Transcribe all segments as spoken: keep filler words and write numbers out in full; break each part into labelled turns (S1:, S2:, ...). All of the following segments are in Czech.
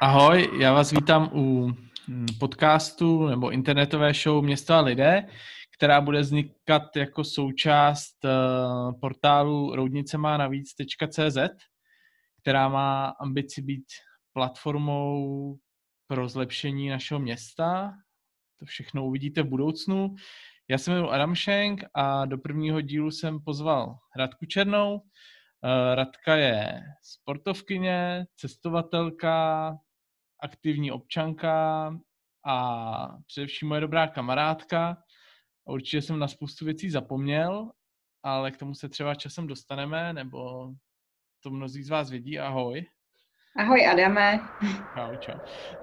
S1: Ahoj, já vás vítám u podcastu nebo internetové show Město a lidé, která bude vznikat jako součást portálu roudnice má navíc tečka cé zet, která má ambici být platformou pro zlepšení našeho města. To všechno uvidíte v budoucnu. Já se jmenuji Adam Schenk a do prvního dílu jsem pozval Radku Černou. Radka je sportovkyně, cestovatelka, aktivní občanka a především moje dobrá kamarádka. Určitě jsem na spoustu věcí zapomněl, ale k tomu se třeba časem dostaneme, nebo to mnozí z vás vědí. Ahoj.
S2: Ahoj Adame.
S1: Čau, čau.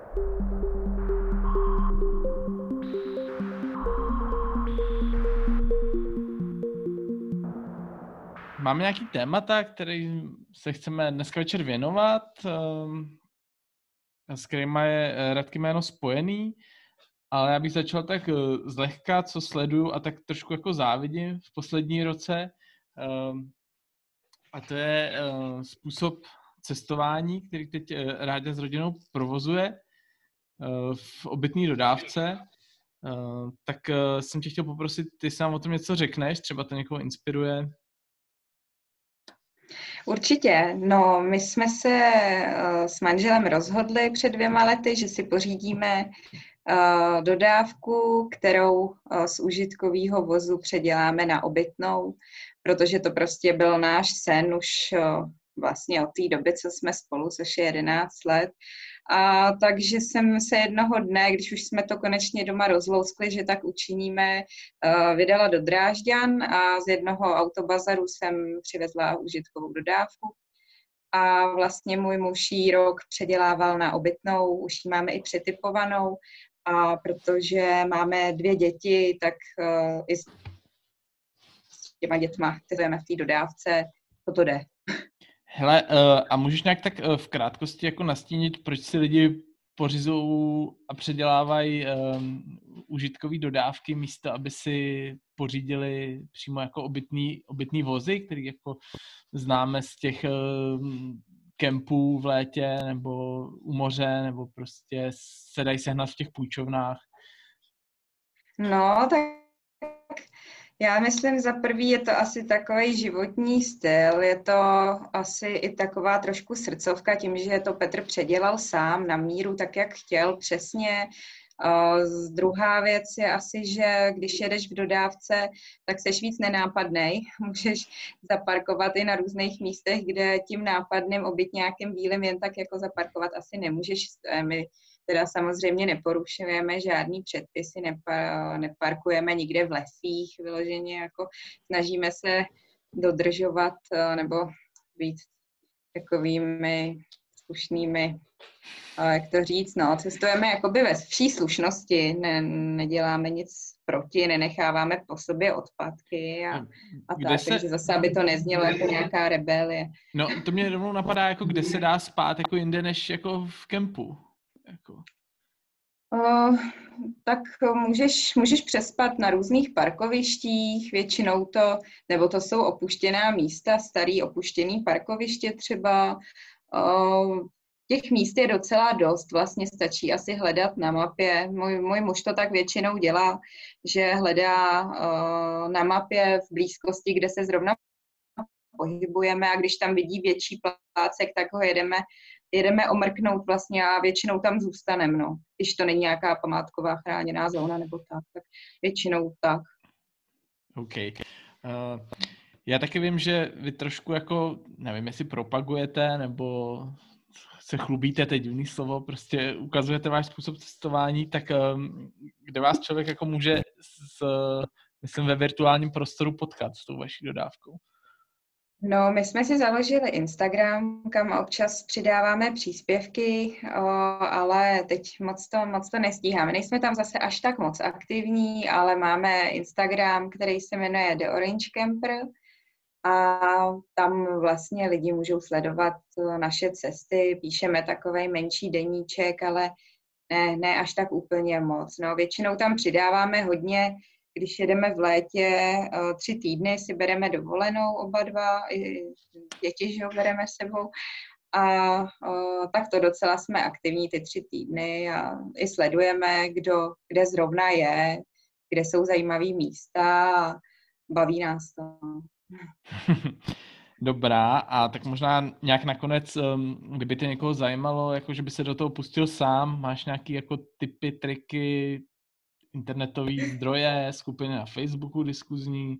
S1: Máme nějaký témata, který se chceme dneska večer věnovat, s kterýma je Radky jméno spojený, ale já bych začal tak zlehka, co sleduju a tak trošku jako závidím v poslední roce. A to je způsob cestování, který teď Ráďa s rodinou provozuje v obytné dodávce. Tak jsem tě chtěl poprosit, ty sám o tom něco řekneš, třeba to někoho inspiruje.
S2: Určitě. No, my jsme se uh, s manželem rozhodli před dvěma lety, že si pořídíme uh, dodávku, kterou uh, z užitkového vozu předěláme na obytnou, protože to prostě byl náš sen už uh, vlastně od té doby, co jsme spolu, což je jedenáct let. A takže jsem se jednoho dne, když už jsme to konečně doma rozlouskli, že tak učiníme, vydala do Drážďan a z jednoho autobazaru jsem přivezla užitkovou dodávku. A vlastně můj muž ji rok předělával na obytnou, už ji máme i přetypovanou. A protože máme dvě děti, tak i s těma dětma, které v té dodávce, toto jde.
S1: Hele, a můžeš nějak tak v krátkosti jako nastínit, proč si lidi pořizují a předělávají um, užitkové dodávky místo, aby si pořídili přímo jako obytný, obytný vozy, který jako známe z těch um, kempů v létě nebo u moře, nebo prostě se dají sehnat v těch půjčovnách?
S2: No, tak já myslím, za prvý je to asi takový životní styl, je to asi i taková trošku srdcovka tím, že to Petr předělal sám na míru, tak jak chtěl, přesně. Uh, druhá věc je asi, že když jedeš v dodávce, tak seš víc nenápadnej. Můžeš zaparkovat i na různých místech, kde tím nápadným obytňákem bílým jen tak jako zaparkovat asi nemůžeš. My teda samozřejmě neporušujeme žádný předpisy, nepar, neparkujeme nikde v lesích vyloženě, jako snažíme se dodržovat nebo být takovými slušnými, jak to říct, no, cestujeme jakoby ve vší slušnosti, ne, neděláme nic proti, nenecháváme po sobě odpadky a, a tak, se... takže zase, aby to neznělo jako nějaká rebelie.
S1: No, to mě rovnou napadá, jako kde se dá spát jako jinde než jako v kempu. Jako.
S2: O, tak můžeš, můžeš přespat na různých parkovištích, většinou to, nebo to jsou opuštěná místa, starý opuštěný parkoviště třeba. O, těch míst je docela dost, vlastně stačí asi hledat na mapě. Můj, můj muž to tak většinou dělá, že hledá o, na mapě v blízkosti, kde se zrovna pohybujeme a když tam vidí větší plácek, tak ho jedeme jedeme omrknout vlastně a většinou tam zůstaneme, no. Když to není nějaká památková chráněná zóna nebo tak, tak většinou tak.
S1: OK. Uh, já taky vím, že vy trošku jako, nevím, jestli propagujete nebo se chlubíte, to je divný slovo, prostě ukazujete váš způsob cestování, tak um, kde vás člověk jako může s, myslím, ve virtuálním prostoru potkat s tou vaší dodávkou?
S2: No, my jsme si založili Instagram, kam občas přidáváme příspěvky, o, ale teď moc to, moc to nestíháme. Nejsme tam zase až tak moc aktivní, ale máme Instagram, který se jmenuje The Orange Camper a tam vlastně lidi můžou sledovat naše cesty, píšeme takovej menší deníček, ale ne, ne až tak úplně moc. No, většinou tam přidáváme hodně. Když jedeme v létě, tři týdny si bereme dovolenou oba dva, i děti, že ho bereme s sebou A o, tak to docela jsme aktivní ty tři týdny a i sledujeme, kdo, kde zrovna je, kde jsou zajímavé místa a baví nás to.
S1: Dobrá, a tak možná nějak nakonec, kdyby tě někoho zajímalo, jako že by se do toho pustil sám, máš nějaký jako tipy, triky, internetové zdroje, skupiny na Facebooku diskuzní?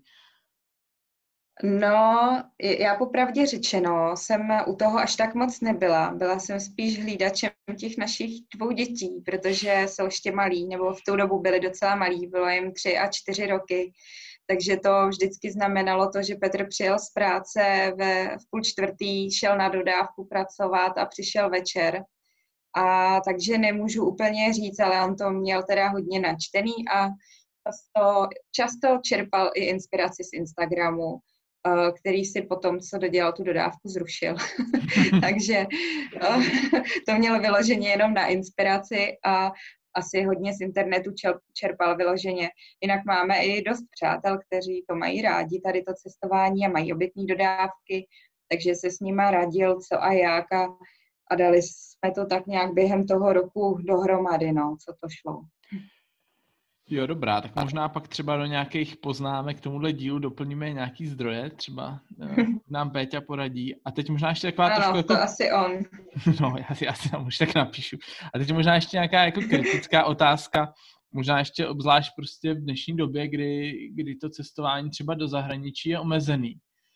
S2: No, já popravdě řečeno jsem u toho až tak moc nebyla. Byla jsem spíš hlídačem těch našich dvou dětí, protože jsou ještě malí, nebo v tu dobu byli docela malí, bylo jim tři a čtyři roky. Takže to vždycky znamenalo to, že Petr přijel z práce ve, v půl čtvrtý, šel na dodávku pracovat a přišel večer. A takže nemůžu úplně říct, ale on to měl teda hodně načtený a často, často čerpal i inspiraci z Instagramu, který si potom, co dodělal tu dodávku, zrušil. Takže to mělo vyloženě jenom na inspiraci a asi hodně z internetu čerpal vyloženě. Jinak máme i dost přátel, kteří to mají rádi, tady to cestování a mají obytné dodávky, takže se s nima radil, co a jak a, a dali jsme to tak nějak během toho roku dohromady, no, co to šlo.
S1: Jo, dobrá, tak možná pak třeba do nějakých poznámek k tomuhle dílu doplníme nějaký zdroje, třeba nám Péťa poradí. A teď možná ještě taková
S2: ano,
S1: trošku
S2: to
S1: jako...
S2: asi on.
S1: No, já si asi tam už tak napíšu. A teď možná ještě nějaká jako kritická otázka, možná ještě obzvlášť prostě v dnešní době, kdy, kdy to cestování třeba do zahraničí je omezený.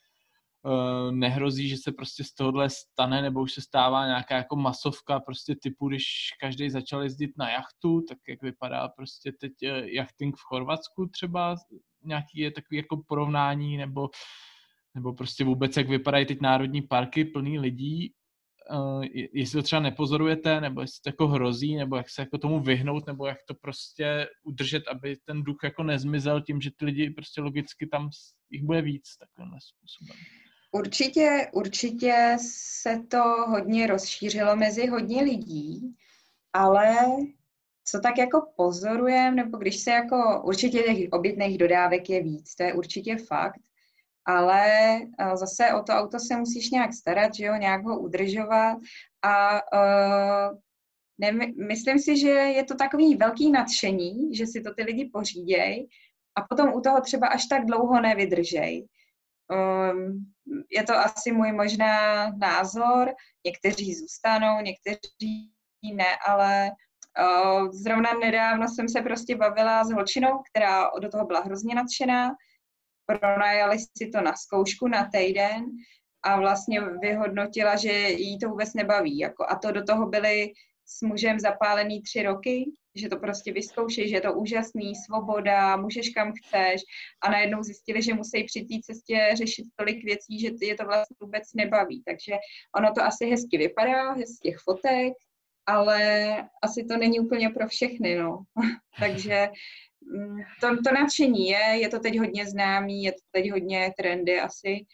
S1: Uh, nehrozí, že se prostě z tohohle stane, nebo už se stává nějaká jako masovka prostě typu, když každý začal jezdit na jachtu, tak jak vypadá prostě teď jachting v Chorvatsku třeba, nějaký je takový jako porovnání, nebo, nebo prostě vůbec jak vypadají teď národní parky plný lidí, uh, jestli to třeba nepozorujete, nebo jestli to jako hrozí, nebo jak se jako tomu vyhnout, nebo jak to prostě udržet, aby ten duch jako nezmizel tím, že ty lidi prostě logicky tam jich bude víc takovým způsobem.
S2: Určitě, určitě se to hodně rozšířilo mezi hodně lidí, ale co tak jako pozorujeme, nebo když se jako, určitě těch obytných dodávek je víc, to je určitě fakt, ale zase o to auto se musíš nějak starat, že jo, nějak ho udržovat a uh, ne, myslím si, že je to takový velký nadšení, že si to ty lidi poříděj a potom u toho třeba až tak dlouho nevydržej. Um, je to asi můj možná názor, někteří zůstanou, někteří ne, ale uh, zrovna nedávno jsem se prostě bavila s holčinou, která do toho byla hrozně nadšená, pronajali si to na zkoušku na týden a vlastně vyhodnotila, že jí to vůbec nebaví. Jako, a to do toho byly s mužem zapálený tři roky, že to prostě vyzkoušej, že je to úžasný, svoboda, můžeš kam chceš a najednou zjistili, že musí při té cestě řešit tolik věcí, že je to vlastně vůbec nebaví. Takže ono to asi hezky vypadá, z těch fotek, ale asi to není úplně pro všechny, no. Takže to, to nadšení je, je to teď hodně známý, je to teď hodně trendy asi,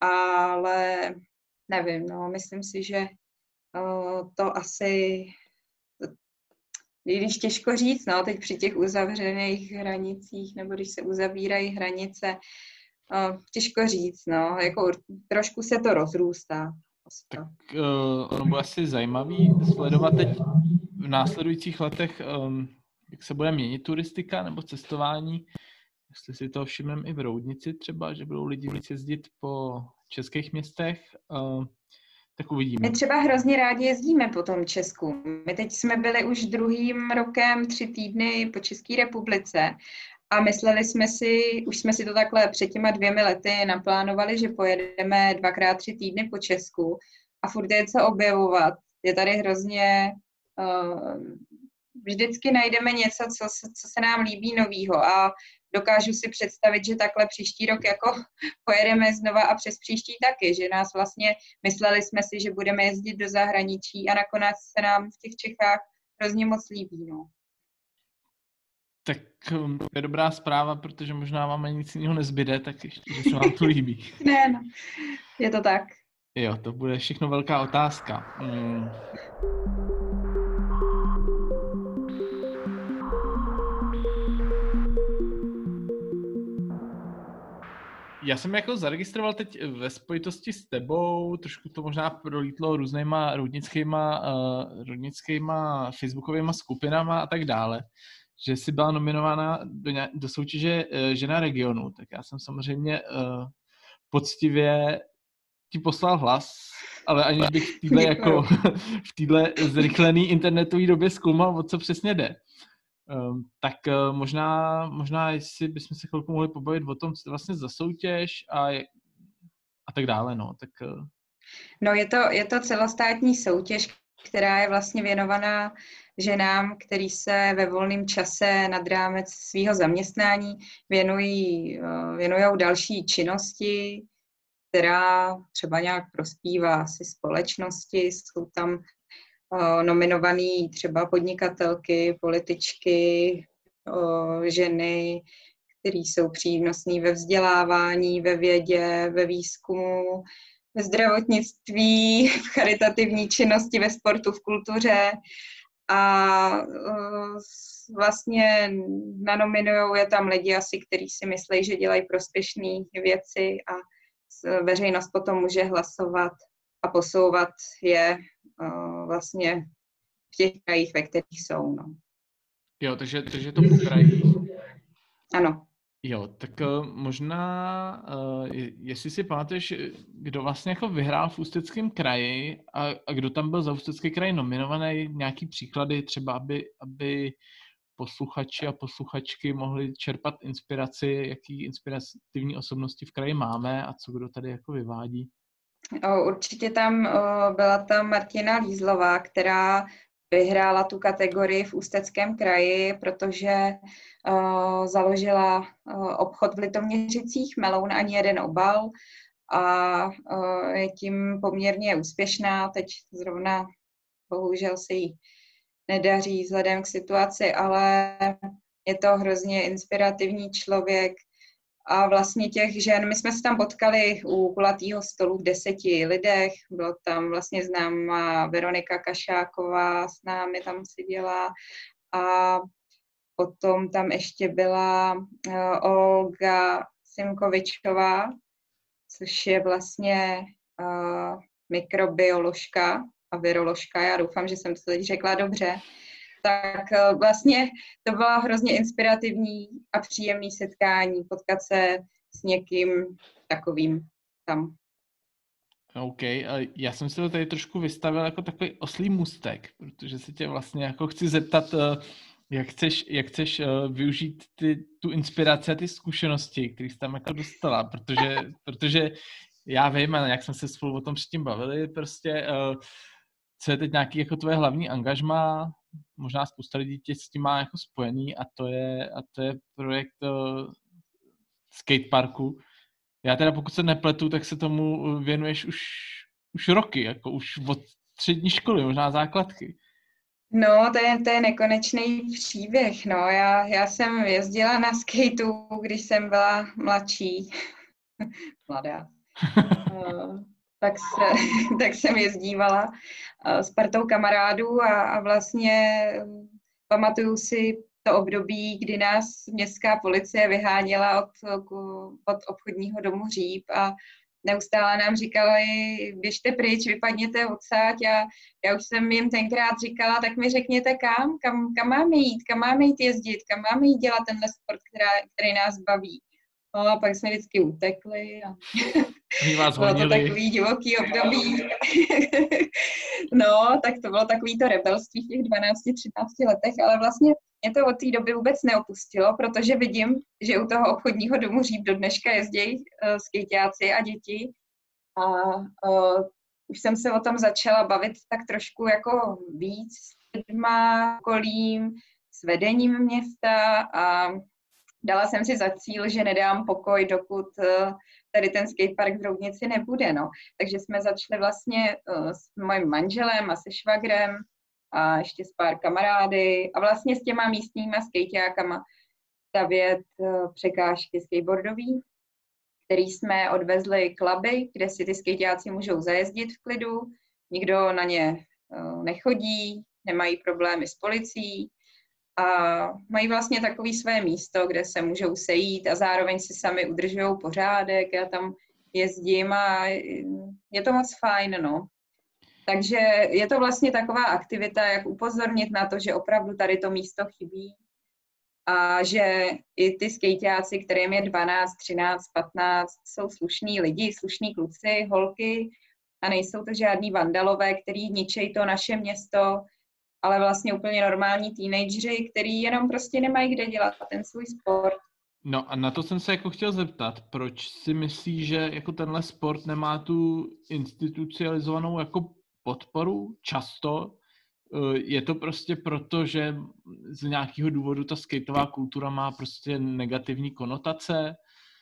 S2: ale nevím, no, myslím si, že uh, to asi... I když těžko říct, no, teď při těch uzavřených hranicích, nebo když se uzavírají hranice, uh, těžko říct, no, jako trošku se to rozrůstá.
S1: Tak uh, ono bude asi zajímavý sledovat teď v následujících letech, um, jak se bude měnit turistika nebo cestování, jestli si to všimneme i v Roudnici třeba, že budou lidi víc jezdit po českých městech, uh, tak uvidíme.
S2: My třeba hrozně rádi jezdíme po tom Česku. My teď jsme byli už druhým rokem tři týdny po České republice a mysleli jsme si, už jsme si to takhle před těma dvěmi lety naplánovali, že pojedeme dvakrát tři týdny po Česku a furt je co objevovat. Je tady hrozně... Uh, vždycky najdeme něco, co, co se nám líbí novýho a dokážu si představit, že takhle příští rok jako pojedeme znova a přes příští taky, že nás vlastně, mysleli jsme si, že budeme jezdit do zahraničí a nakonec se nám v těch Čechách hrozně moc líbí, no.
S1: Tak je dobrá zpráva, protože možná vám ani nic jiného nezbyde, tak ještě, že se vám to líbí.
S2: Ne, no, je to tak.
S1: Jo, to bude všechno velká otázka. Hmm. já jsem jako zaregistroval teď ve spojitosti s tebou, trošku to možná prolítlo různýma roudnickýma, uh, roudnickýma facebookovýma skupinama a tak dále, že jsi byla nominována do, ně, do soutěže uh, Žena regionu, tak já jsem samozřejmě uh, poctivě ti poslal hlas, ale aniž bych v téhle jako v téhle zrychlený internetové době zkoumal, o co přesně jde. Um, tak uh, možná, možná jestli bychom se chvilku mohli pobavit o tom, co to vlastně za soutěž a, a tak dále, no. Tak, uh...
S2: No je to, je to celostátní soutěž, která je vlastně věnovaná ženám, který se ve volném čase nad rámec svého zaměstnání věnují, uh, věnujou další činnosti, která třeba nějak prospívá asi společnosti. Jsou tam uh, nominovaný třeba podnikatelky, političky, uh, ženy, které jsou přínosné ve vzdělávání, ve vědě, ve výzkumu, ve zdravotnictví, v charitativní činnosti, ve sportu, v kultuře. A uh, vlastně nanominují je tam lidi asi, kteří si myslí, že dělají prospěšné věci a veřejnost potom může hlasovat a posouvat je uh, vlastně v těch krajích, ve kterých jsou. No.
S1: Jo, takže, takže to po krajích.
S2: Ano.
S1: Jo, tak uh, možná, uh, jestli si pamatuješ, kdo vlastně jako vyhrál v Ústeckém kraji a, a kdo tam byl za Ústecký kraj nominovaný, nějaký příklady třeba, aby, aby posluchači a posluchačky mohli čerpat inspiraci, jaký inspirativní osobnosti v kraji máme a co kdo tady jako vyvádí?
S2: O, určitě tam o, byla tam Martina Lízlová, která vyhrála tu kategorii v Ústeckém kraji, protože o, založila o, obchod v Litoměřicích, Meloun ani jeden obal, a o, je tím poměrně úspěšná. Teď zrovna bohužel se jí nedaří vzhledem k situaci, ale je to hrozně inspirativní člověk. A vlastně těch žen, my jsme se tam potkali u kulatého stolu v deseti lidech, byla tam vlastně známá Veronika Kašáková, s námi tam seděla, a potom tam ještě byla uh, Olga Simkovičová, což je vlastně uh, mikrobioložka a viroložka, já doufám, že jsem to teď řekla dobře. Tak vlastně to bylo hrozně inspirativní a příjemné setkání, potkat se s někým takovým tam.
S1: OK, já jsem si to tady trošku vystavil jako takový oslý můstek, protože se tě vlastně jako chci zeptat, jak chceš, jak chceš využít ty, tu inspiraci a ty zkušenosti, které jsi tam jako dostala, protože, protože já vím, a jak jsme se spolu o tom předtím bavili, prostě co je teď nějaký jako tvoje hlavní angažmá, možná spousta lidí tě s tím má jako spojený, a to je, a to je projekt uh, skateparku. Já teda, pokud se nepletu, tak se tomu věnuješ už, už roky, jako už od střední školy, možná základky.
S2: No, to je, to je nekonečný příběh, no. Já, já jsem jezdila na skateu, když jsem byla mladší. Mladá. uh, tak, se, tak jsem jezdívala uh, s partou kamarádů a, a vlastně pamatuju si to období, kdy nás městská policie vyháněla od, od obchodního domu Říp a neustále nám říkali, běžte pryč, vypadněte odsáď, a já už jsem jim tenkrát říkala, tak mi řekněte kam, kam, kam máme jít, kam máme jít jezdit, kam máme jít dělat tenhle sport, která, který nás baví. No a pak jsme vždycky utekli a bylo to takový divoký období. No, tak to bylo takový to rebelství v těch dvanácti třinácti letech, ale vlastně mě to od té doby vůbec neopustilo, protože vidím, že u toho obchodního domu Říp do dneška jezdí uh, skejťáci a děti. A uh, už jsem se o tom začala bavit tak trošku jako víc s lidma, kolím, s vedením města, a dala jsem si za cíl, že nedám pokoj, dokud uh, tady ten skatepark v Roudnici nebude. No. Takže jsme začali vlastně uh, s mojím manželem a se švagrem a ještě s pár kamarády a vlastně s těma místníma skejťákama stavět uh, překážky skateboardový, který jsme odvezli kluby, kde si ty skejťáci můžou zajezdit v klidu, nikdo na ně uh, nechodí, nemají problémy s policií, a mají vlastně takový své místo, kde se můžou sejít a zároveň si sami udržují pořádek. Já tam jezdím a je to moc fajn, no. Takže je to vlastně taková aktivita, jak upozornit na to, že opravdu tady to místo chybí a že i ty skejťáci, kterým je dvanáct, třináct, patnáct, jsou slušní lidi, slušní kluci, holky a nejsou to žádní vandalové, který ničejí to naše město, ale vlastně úplně normální teenageři, který jenom prostě nemají kde dělat ten svůj sport.
S1: No a na to jsem se jako chtěl zeptat, proč si myslíš, že jako tenhle sport nemá tu institucionalizovanou jako podporu často? Je to prostě proto, že z nějakého důvodu ta skateová kultura má prostě negativní konotace,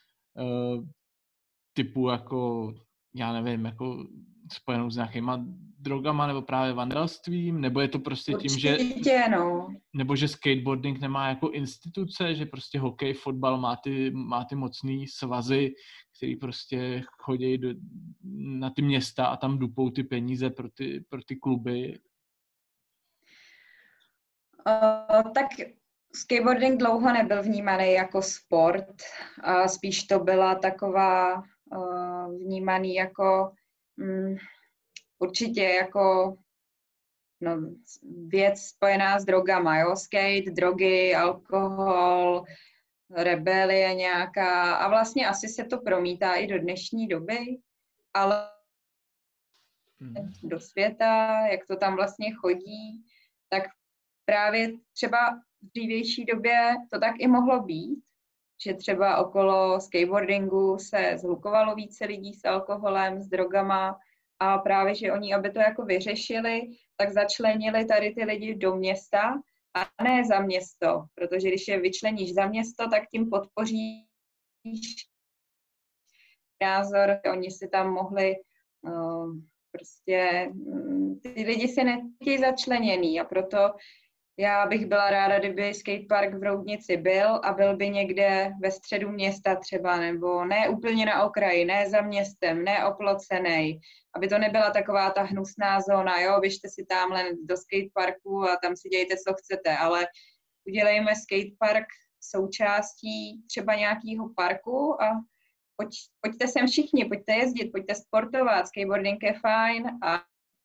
S1: typu jako, já nevím, jako spojenou s nějakýma drogama nebo právě vandalstvím, nebo je to prostě
S2: Určitě,
S1: tím, že
S2: no.
S1: nebo že skateboarding nemá jako instituce, že prostě hokej, fotbal má ty, má ty mocný svazy, který prostě chodí do, na ty města a tam dupou ty peníze pro ty, pro ty kluby.
S2: Uh, tak skateboarding dlouho nebyl vnímaný jako sport, a spíš to byla taková uh, vnímaný jako um, určitě jako no, věc spojená s drogama, jo, skate, drogy, alkohol, rebelie nějaká a vlastně asi se to promítá i do dnešní doby, ale hmm. do světa, jak to tam vlastně chodí, tak právě třeba v dřívější době to tak i mohlo být, že třeba okolo skateboardingu se zhlukovalo více lidí s alkoholem, s drogama a právě, že oni, aby to jako vyřešili, tak začlenili tady ty lidi do města a ne za město, protože když je vyčleníš za město, tak tím podpoříš názor, oni si tam mohli uh, prostě, ty lidi si necítí začleněný a proto já bych byla ráda, kdyby skatepark v Roudnici byl a byl by někde ve středu města třeba, nebo ne úplně na okraji, ne za městem, ne oplocenej, aby to nebyla taková ta hnusná zóna, jo, běžte si tamhle do skateparku a tam si dějte, co chcete, ale udělejme skatepark součástí třeba nějakého parku a pojď, pojďte sem všichni, pojďte jezdit, pojďte sportovat, skateboarding je fajn a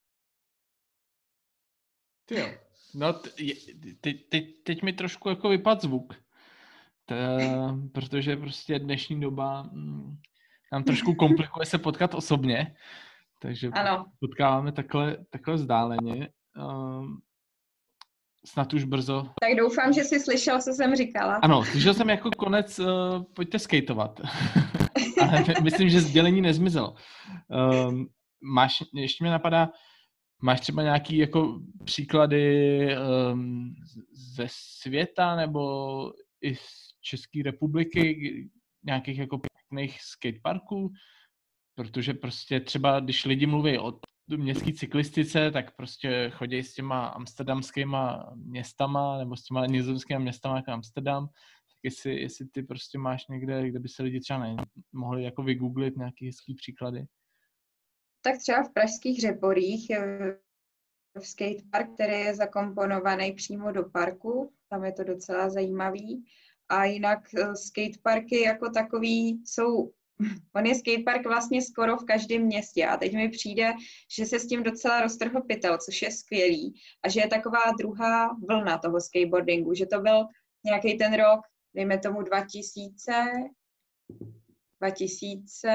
S1: Ty jo. No, te, te, teď mi trošku jako vypadl zvuk, T, protože prostě dnešní doba mm, nám trošku komplikuje se potkat osobně, takže
S2: ano.
S1: potkáváme takhle, takhle vzdáleně. Um, snad už brzo.
S2: Tak doufám, že jsi slyšel, co jsem říkala.
S1: Ano, slyšel jsem jako konec, uh, pojďte skateovat. Ale myslím, že sdělení nezmizelo. Um, máš, ještě mě napadá, máš třeba nějaký jako příklady um, ze světa nebo i z České republiky, nějakých jako pěkných skateparků? Protože prostě třeba, když lidi mluví o městské cyklistice, tak prostě chodí s těma amsterdamskýma městama nebo s těma nizozemskýma městama jako Amsterdam. Tak jestli, jestli ty prostě máš někde, kde by se lidi třeba ne, mohli jako vygooglit nějaký hezký příklady.
S2: Tak třeba v pražských Řeporích je v skatepark, který je zakomponovaný přímo do parku, tam je to docela zajímavý. A jinak skateparky jako takový jsou, on je skatepark vlastně skoro v každém městě a teď mi přijde, že se s tím docela roztrhl pytel, což je skvělý a že je taková druhá vlna toho skateboardingu, že to byl nějaký ten rok, dejme tomu dva tisíce, dva tisíce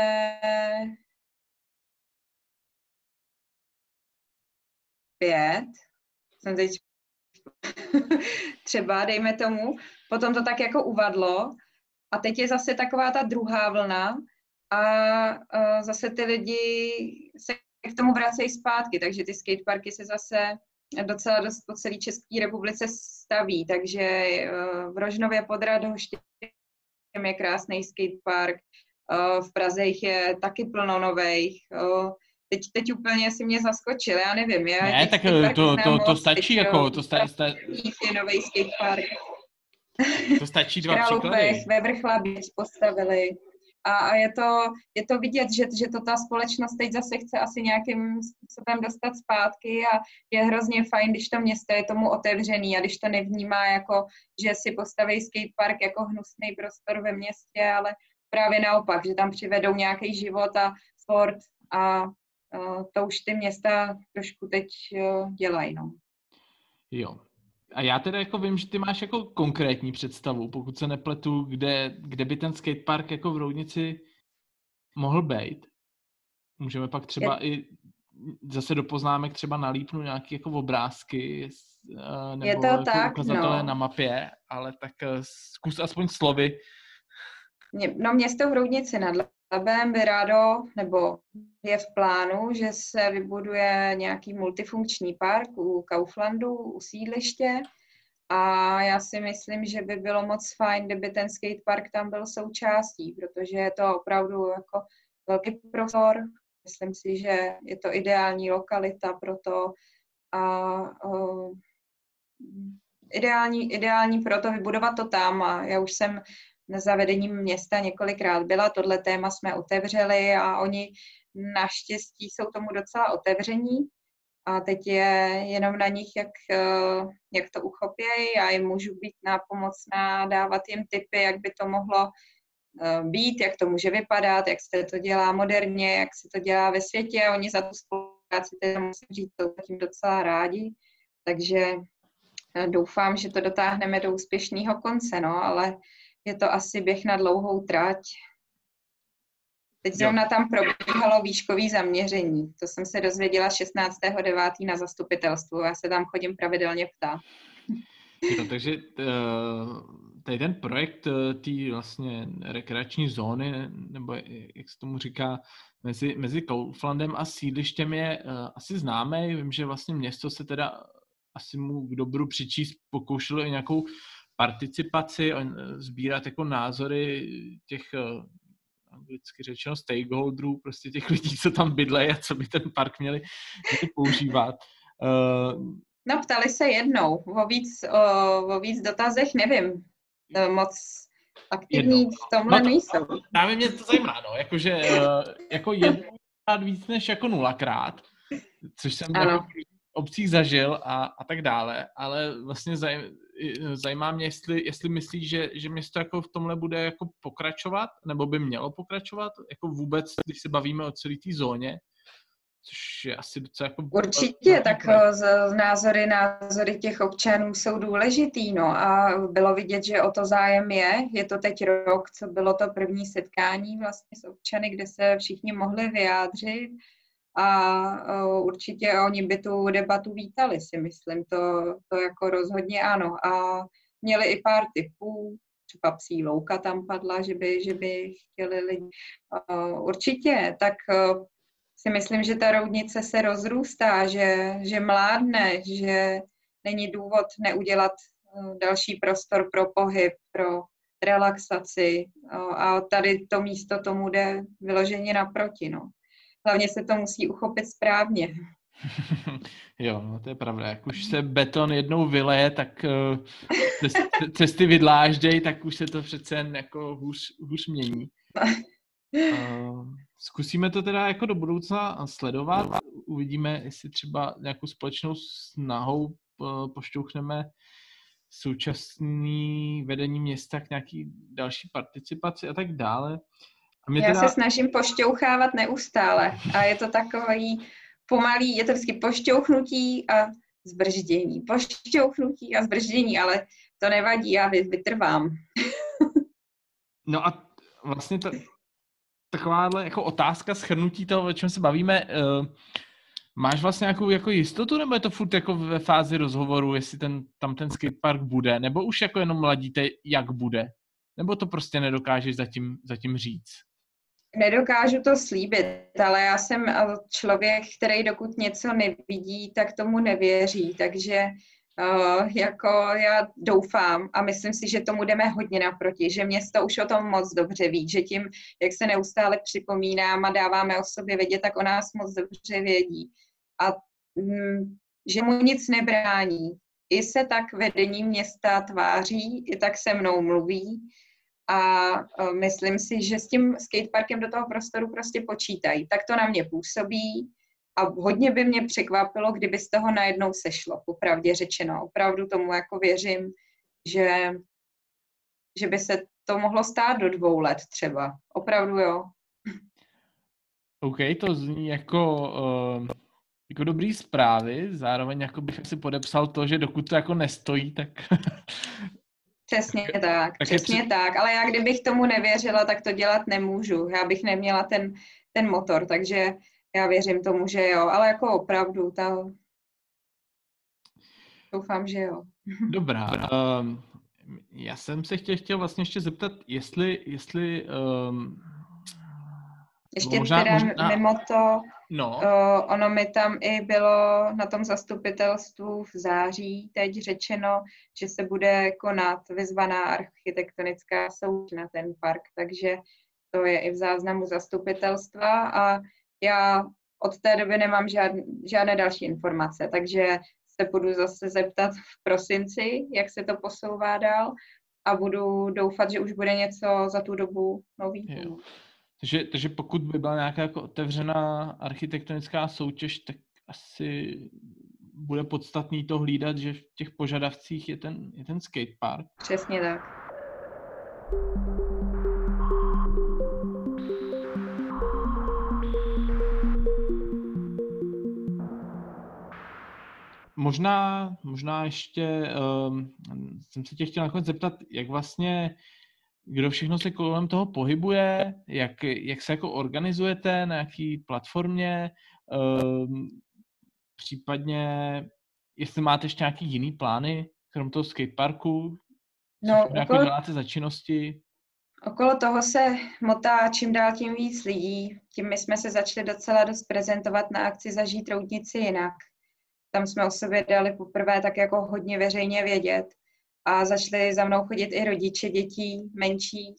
S2: pět, jsem teď třeba, dejme tomu, potom to tak jako uvadlo a teď je zase taková ta druhá vlna a, a zase ty lidi se k tomu vracejí zpátky, takže ty skateparky se zase docela dost po celé České republice staví, takže v Rožnově pod Radhoštěm je krásný skatepark, v Praze jich je taky plno novejch. Teď, teď úplně si mě zaskočil, já nevím. Já
S1: ne, tak to, to, to stačí, jako, to stačí.
S2: Je nový skatepark.
S1: To stačí dva příklady.
S2: Ve Vrchlabích postavili. A, a je, to, je to vidět, že, že to ta společnost teď zase chce asi nějakým způsobem dostat zpátky a je hrozně fajn, když to město je tomu otevřený a když to nevnímá jako, že si postaví skatepark jako hnusný prostor ve městě, ale právě naopak, že tam přivedou nějaký život a sport a uh, to už ty města trošku teď uh, dělají, no.
S1: Jo. A já teda jako vím, že ty máš jako konkrétní představu, pokud se nepletu, kde, kde by ten skatepark jako v Roudnici mohl být. Můžeme pak třeba je, i zase do poznámek třeba nalípnu nějaké jako obrázky nebo
S2: je to
S1: jako
S2: tak,
S1: ukazatele
S2: no.
S1: na mapě, ale tak zkus aspoň slovy.
S2: No město v Roudnici nad Labem by rádo, nebo je v plánu, že se vybuduje nějaký multifunkční park u Kauflandu, u sídliště a já si myslím, že by bylo moc fajn, kdyby ten skatepark tam byl součástí, protože je to opravdu jako velký prostor. Myslím si, že je to ideální lokalita pro to a uh, ideální, ideální pro to vybudovat to tam a já už jsem na zavedením města několikrát byla, tohle téma jsme otevřeli a oni naštěstí jsou tomu docela otevření a teď je jenom na nich, jak, jak to uchopějí. Já jim můžu být nápomocná, dávat jim tipy, jak by to mohlo být, jak to může vypadat, jak se to dělá moderně, jak se to dělá ve světě a oni za tu spolupráci teda musím říct, to tím docela rádi, takže doufám, že to dotáhneme do úspěšného konce, no, ale je to asi běh na dlouhou trať. Teď zrovna tam probíhalo výškový zaměření. To jsem se dozvěděla šestnáctého devátého na zastupitelstvu. Já se tam chodím pravidelně ptát.
S1: Jo, takže tady ten projekt té vlastně rekreační zóny, nebo jak se tomu říká, mezi, mezi Kauflandem a sídlištěm je asi známý. Vím, že vlastně město se teda asi mu k dobru přičíst pokoušelo i nějakou participaci, sbírat jako názory těch anglicky řečeno stakeholderů, prostě těch lidí, co tam bydlejí a co by ten park měli, měli používat. Uh,
S2: no ptali se jednou, o víc, o, o víc dotazech nevím, moc aktivní jednou. V tomhle no to, nejsou.
S1: Právě mě to zajímá, no, jakože uh, jako jednou víc než jako nulakrát, což jsem jako v obcích zažil a, a tak dále, ale vlastně zaj, zajímá mě, jestli, jestli myslíš, že, že město jako v tomhle bude jako pokračovat, nebo by mělo pokračovat, jako vůbec, když se bavíme o celé té zóně, což je asi docela jako...
S2: Určitě, tak z, názory, názory těch občanů jsou důležitý, no a bylo vidět, že o to zájem je. Je to teď rok, co bylo to první setkání vlastně s občany, kde se všichni mohli vyjádřit a uh, určitě oni by tu debatu vítali, si myslím, to, to jako rozhodně ano. A měli i pár tipů, třeba psí louka tam padla, že by, že by chtěli lidi. Uh, určitě, tak uh, si myslím, že ta Roudnice se rozrůstá, že, že mládne, že není důvod neudělat uh, další prostor pro pohyb, pro relaxaci uh, a tady to místo tomu jde vyloženě naproti, no. Hlavně se to musí uchopit správně.
S1: Jo, no to je pravda. Jak už se beton jednou vyleje, tak uh, cesty vydlážděj, tak už se to přece jen jako hůř, hůř mění. Uh, zkusíme to teda jako do budoucna sledovat. Uvidíme, jestli třeba nějakou společnou snahou uh, pošťouchneme současný vedení města k nějaký další participaci a tak dále.
S2: Já teda... se snažím pošťouchávat neustále a je to takový pomalý, je to vždycky pošťouchnutí a zbrždění. Pošťouchnutí a zbrždění, ale to nevadí, já vytrvám.
S1: No a vlastně ta, takováhle jako otázka, shrnutí toho, o čem se bavíme, uh, máš vlastně nějakou jako jistotu, nebo je to furt jako ve fázi rozhovoru, jestli ten, tam ten skatepark bude, nebo už jako jenom ladíte, jak bude? Nebo to prostě nedokážeš zatím, zatím říct?
S2: Nedokážu to slíbit, ale já jsem člověk, který dokud něco nevidí, tak tomu nevěří, takže uh, jako já doufám a myslím si, že tomu jdeme hodně naproti, že město už o tom moc dobře ví, že tím, jak se neustále připomínám a dáváme o sobě vědět, tak o nás moc dobře vědí a mm, že mu nic nebrání. I se tak vedení města tváří, i tak se mnou mluví a myslím si, že s tím skateparkem do toho prostoru prostě počítají. Tak to na mě působí a hodně by mě překvapilo, kdyby z toho najednou sešlo, popravdě řečeno. Opravdu tomu jako věřím, že, že by se to mohlo stát do dvou let třeba. Opravdu jo.
S1: OK, to zní jako, uh, jako dobrý zprávy, zároveň jako bych si podepsal to, že dokud to jako nestojí, tak...
S2: Přesně tak, tak přesně
S1: při...
S2: tak, ale já kdybych tomu nevěřila, tak to dělat nemůžu, já bych neměla ten, ten motor, takže já věřím tomu, že jo, ale jako opravdu, ta... doufám, že jo.
S1: Dobrá, um, já jsem se chtěl, chtěl vlastně ještě zeptat, jestli, jestli um,
S2: ještě
S1: možná,
S2: teda
S1: možná...
S2: mimo to,
S1: no.
S2: uh, ono mi tam i bylo na tom zastupitelstvu v září teď řečeno, že se bude konat vyzvaná architektonická soutěž na ten park, takže to je i v záznamu zastupitelstva a já od té doby nemám žádné, žádné další informace, takže se budu zase zeptat v prosinci, jak se to posouvá dál a budu doufat, že už bude něco za tu dobu nový.
S1: Takže, takže pokud by byla nějaká jako otevřená architektonická soutěž, tak asi bude podstatný to hlídat, že v těch požadavcích je ten, je ten skatepark.
S2: Přesně tak.
S1: Možná, možná ještě um, jsem se tě chtěl nakonec zeptat, jak vlastně, kdo všechno se kolem toho pohybuje, jak, jak se jako organizujete, na jaký platformě, um, případně jestli máte ještě nějaký jiný plány, krom toho skateparku, co
S2: no,
S1: okolo, jako děláte za činnosti?
S2: Okolo toho se motá čím dál tím víc lidí. Tím my jsme se začali docela dost prezentovat na akci Zažít Roudnici jinak. Tam jsme o sobě dali poprvé tak jako hodně veřejně vědět a začali za mnou chodit i rodiče dětí menších.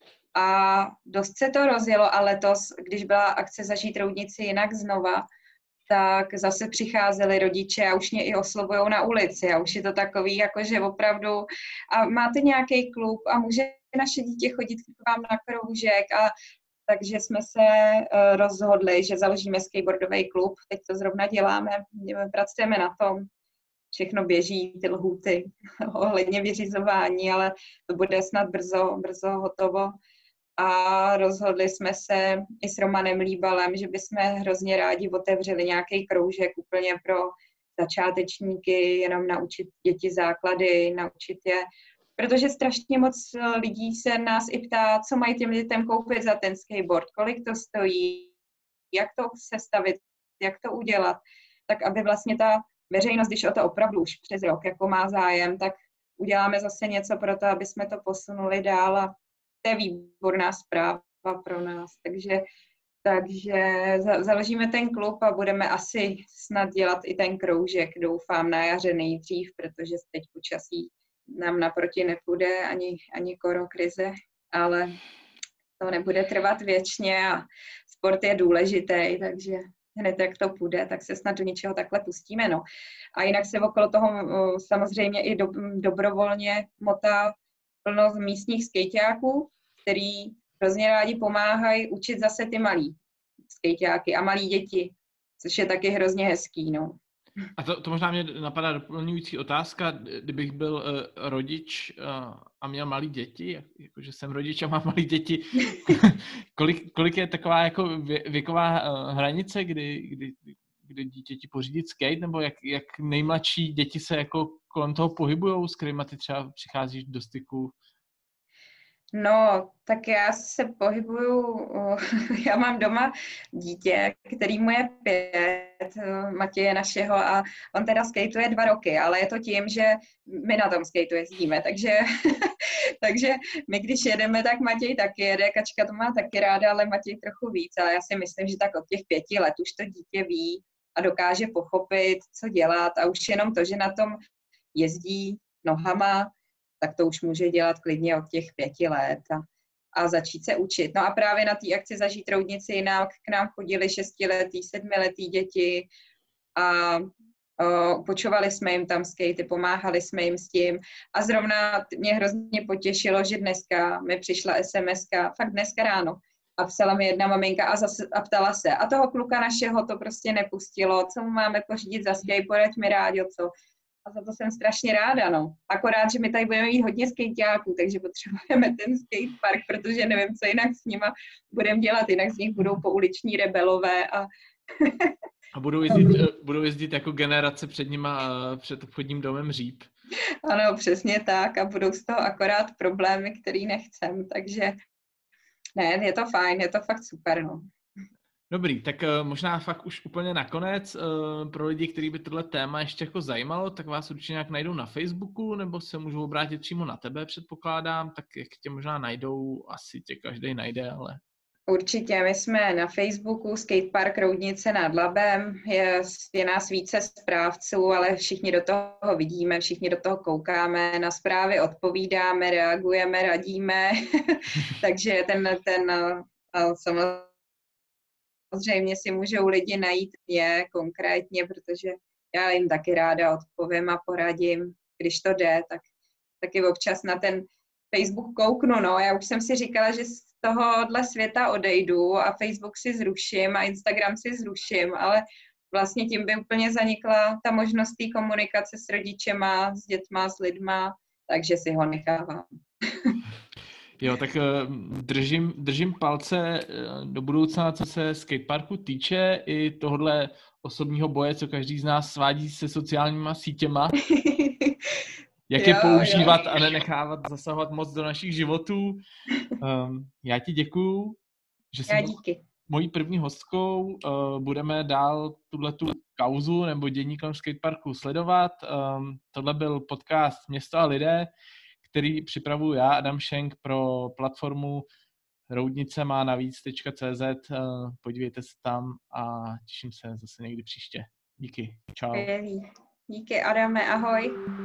S2: A dost se to rozjelo a letos, když byla akce Zažít Roudnici jinak znova, tak zase přicházeli rodiče a už mě i oslovujou na ulici a už je to takový, jako že opravdu a máte nějaký klub a může naše dítě chodit k vám na kroužek a takže jsme se uh, rozhodli, že založíme skateboardový klub, teď to zrovna děláme, pracujeme na tom, všechno běží, ty lhůty ohledně vyřizování, ale to bude snad brzo, brzo hotovo. A rozhodli jsme se i s Romanem Líbalem, že bychom hrozně rádi otevřeli nějaký kroužek úplně pro začátečníky, jenom naučit děti základy, naučit je. Protože strašně moc lidí se nás i ptá, co mají těm dětem koupit za ten skateboard, kolik to stojí, jak to sestavit, jak to udělat, tak aby vlastně ta veřejnost, když o to opravdu už přes rok jako má zájem, tak uděláme zase něco pro to, aby jsme to posunuli dál a to je výborná zpráva pro nás. Takže, takže založíme ten klub a budeme asi snad dělat i ten kroužek, doufám, na jaře nejdřív, protože teď počasí nám naproti nepůjde ani, ani korokrize, ale to nebude trvat věčně a sport je důležitý, takže hned jak to půjde, tak se snad do něčeho takhle pustíme. No. A jinak se okolo toho samozřejmě i do, dobrovolně motá plno místních skejťáků, který hrozně rádi pomáhají učit zase ty malí skejťáky a malí děti, což je taky hrozně hezký. No.
S1: A to, to možná mě napadá doplňující otázka, kdybych byl uh, rodič uh, a měl malý děti, jak, jakože jsem rodič a mám malý děti, kolik, kolik je taková jako vě, věková uh, hranice, kdy, kdy, kdy dítěti pořídit skate, nebo jak, jak nejmladší děti se jako kolem toho pohybujou, s kterýma ty třeba přicházíš do styku?
S2: No, tak já se pohybuju, já mám doma dítě, který mu je pět, Matěje našeho, a on teda skateuje dva roky, ale je to tím, že my na tom skateu jezdíme, takže, takže my když jedeme, tak Matěj taky jede, Kačka to má taky ráda, ale Matěj trochu víc, ale já si myslím, že tak od těch pěti let už to dítě ví a dokáže pochopit, co dělat a už jenom to, že na tom jezdí nohama, tak to už může dělat klidně od těch pěti let a, a začít se učit. No a právě na té akci Zažít Roudnici jinak k nám chodili šestiletý, sedmiletý děti a Uh, počovali jsme jim tam skatey, pomáhali jsme jim s tím a zrovna mě hrozně potěšilo, že dneska mi přišla es em eska, fakt dneska ráno, a psala mi jedna maminka a, zase, a ptala se, a toho kluka našeho to prostě nepustilo, co mu máme pořídit za skateboard, ať mi rádi, co. A za to jsem strašně ráda, no. Akorát, že my tady budeme mít hodně skejťáků, takže potřebujeme ten skatepark, protože nevím, co jinak s nima budeme dělat, jinak z nich budou pouliční rebelové a...
S1: A budou jezdit, budou jezdit jako generace před nima, před obchodním domem Říp.
S2: Ano, přesně tak a budou z toho akorát problémy, který nechcem, takže ne, je to fajn, je to fakt super, no.
S1: Dobrý, tak uh, možná fakt už úplně nakonec uh, pro lidi, kteří by tohle téma ještě jako zajímalo, tak vás určitě nějak najdou na Facebooku, nebo se můžou obrátit přímo na tebe, předpokládám, tak jak tě možná najdou, asi tě každý najde, ale...
S2: Určitě, my jsme na Facebooku, Skatepark Roudnice nad Labem, je, je nás více správců, ale všichni do toho vidíme, všichni do toho koukáme, na zprávy odpovídáme, reagujeme, radíme, takže ten, ten samozřejmě si můžou lidi najít mě konkrétně, protože já jim taky ráda odpovím a poradím, když to jde, tak taky občas na ten Facebook kouknu, no, já už jsem si říkala, že z tohohle světa odejdu a Facebook si zruším a Instagram si zruším, ale vlastně tím by úplně zanikla ta možnost té komunikace s rodičema, s dětma, s lidma, takže si ho nechávám.
S1: Jo, tak držím, držím palce do budoucna, co se skateparku týče, i tohle osobního boje, co každý z nás svádí se sociálníma sítěma. Jak je jo, používat jo. A nenechávat zasahovat moc do našich životů. Um, já ti děkuju, že jsi mojí první hostkou. Uh, budeme dál tuhletu kauzu nebo dění kolem skateparku sledovat. Um, tohle byl podcast Město a lidé, který připravuju já, Adam Schenk, pro platformu roudnice má navíc tečka cé zet. Uh, podívejte se tam a těším se zase někdy příště. Díky. Čau.
S2: Díky, Adame, ahoj.